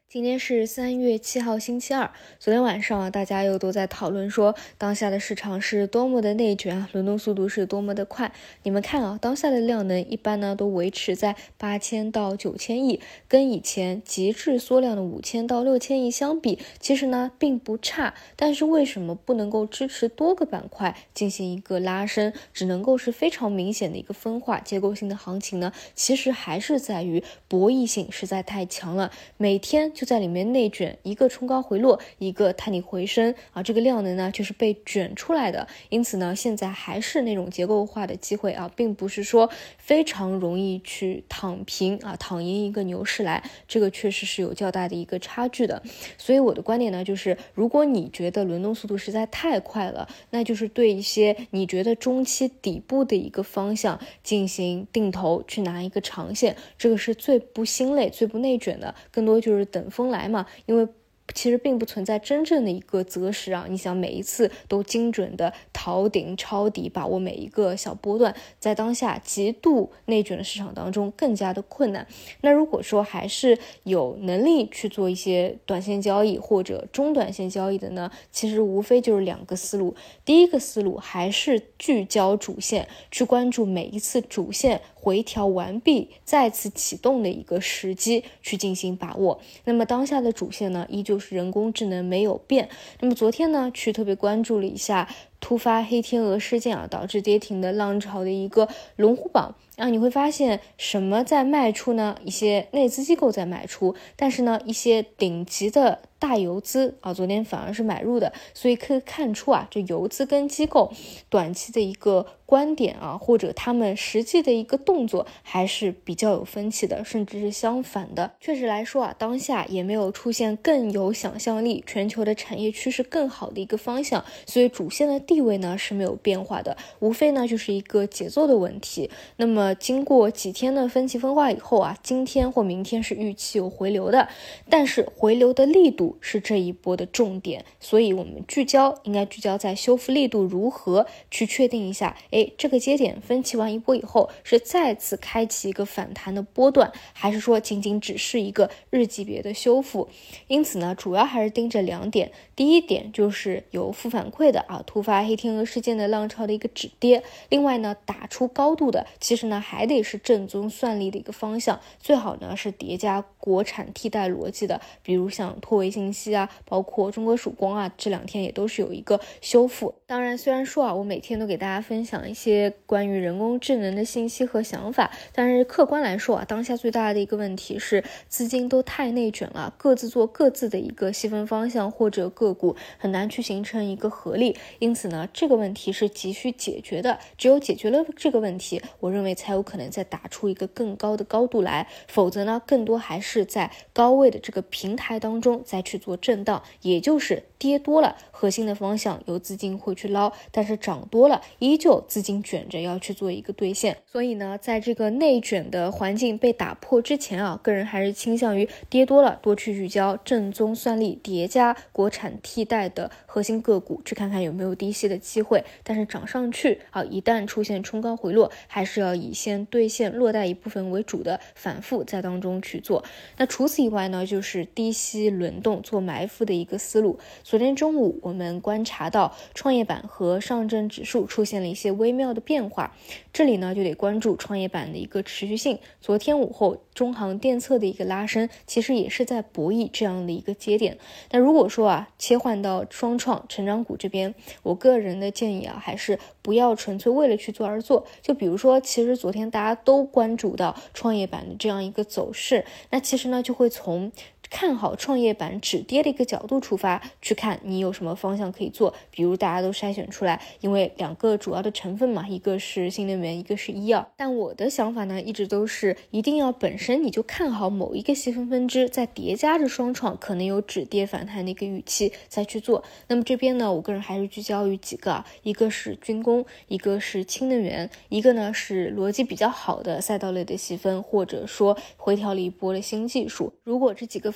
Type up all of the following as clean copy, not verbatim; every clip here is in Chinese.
今天是3月7号星期二，昨天晚上大家又都在讨论说当下的市场是多么的内卷轮动速度是多么的快。你们看当下的量能一般呢都维持在8000到9000亿，跟以前极致缩量的5000到6000亿相比，其实呢并不差。但是为什么不能够支持多个板块进行一个拉升，只能够是非常明显的一个分化结构性的行情呢？其实还是在于博弈性实在太强了，每天就在里面内卷，一个冲高回落，一个探底回升这个量能呢就是被卷出来的。因此呢，现在还是那种结构化的机会并不是说非常容易去躺平躺赢一个牛市来，这个确实是有较大的一个差距的。所以我的观点呢，就是如果你觉得轮动速度实在太快了，那就是对一些你觉得中期底部的一个方向进行定投，去拿一个长线，这个是最不心累最不内卷的，更多就是等风来嘛。因为其实并不存在真正的一个择时你想每一次都精准的逃顶抄底，把握每一个小波段，在当下极度内卷的市场当中更加的困难。那如果说还是有能力去做一些短线交易或者中短线交易的呢，其实无非就是两个思路。第一个思路还是聚焦主线，去关注每一次主线回调完毕再次启动的一个时机去进行把握。那么当下的主线呢，依旧是人工智能没有变。那么昨天呢，去特别关注了一下突发黑天鹅事件导致跌停的浪潮的一个龙虎榜你会发现什么在卖出呢？一些内资机构在卖出，但是呢，一些顶级的大游资昨天反而是买入的。所以可以看出这游资跟机构短期的一个观点或者他们实际的一个动作还是比较有分歧的，甚至是相反的。确实来说当下也没有出现更有想象力、全球的产业趋势更好的一个方向，所以主线的地位呢是没有变化的，无非呢就是一个节奏的问题。那么经过几天的分歧分化以后今天或明天是预期有回流的，但是回流的力度是这一波的重点，所以我们应该聚焦在修复力度如何，去确定一下这个节点分歧完一波以后是再次开启一个反弹的波段，还是说仅仅只是一个日级别的修复。因此呢，主要还是盯着两点。第一点就是有负反馈的突发黑天鹅事件的浪潮的一个止跌，另外呢打出高度的其实呢还得是正宗算力的一个方向，最好呢是叠加国产替代逻辑的，比如像拓维信息包括中国曙光这两天也都是有一个修复。当然虽然说我每天都给大家分享一些关于人工智能的信息和想法，但是客观来说当下最大的一个问题是资金都太内卷了，各自做各自的一个细分方向或者个股，很难去形成一个合力。因此呢，这个问题是急需解决的，只有解决了这个问题，我认为才有可能再打出一个更高的高度来，否则呢更多还是在高位的这个平台当中再去做震荡，也就是跌多了核心的方向由资金会去捞，但是涨多了依旧资金卷着要去做一个兑现。所以呢，在这个内卷的环境被打破之前个人还是倾向于跌多了多去聚焦正宗算力叠加国产替代的核心个股，去看看有没有低吸的机会。但是涨上去一旦出现冲高回落，还是要以先兑现落袋一部分为主的反复在当中去做。那除此以外呢，就是低吸轮动做埋伏的一个思路。昨天中午我们观察到创业板和上证指数出现了一些微妙的变化，这里呢就得关注创业板的一个持续性。昨天午后中航电测的一个拉升，其实也是在博弈这样的一个节点。那如果说切换到双创成长股这边，我个人的建议还是不要纯粹为了去做而做。就比如说其实昨天大家都关注到创业板的这样一个走势，那其实呢就会从看好创业板止跌的一个角度出发，去看你有什么方向可以做。比如大家都筛选出来，因为两个主要的成分嘛，一个是新能源，一个是医药。但我的想法呢，一直都是一定要本身你就看好某一个细分分支，再叠加着双创可能有止跌反弹的一个预期再去做。那么这边呢，我个人还是聚焦于几个一个是军工，一个是氢能源，一个呢是逻辑比较好的赛道类的细分，或者说回调了一波的新技术。如果这几个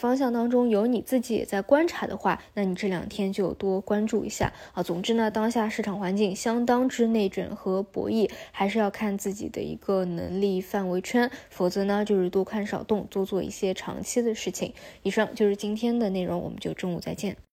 方向当中有你自己也在观察的话，那你这2天就多关注一下总之呢，当下市场环境相当之内卷和博弈，还是要看自己的一个能力范围圈，否则呢就是多看少动，多做一些长期的事情。以上就是今天的内容，我们就中午再见。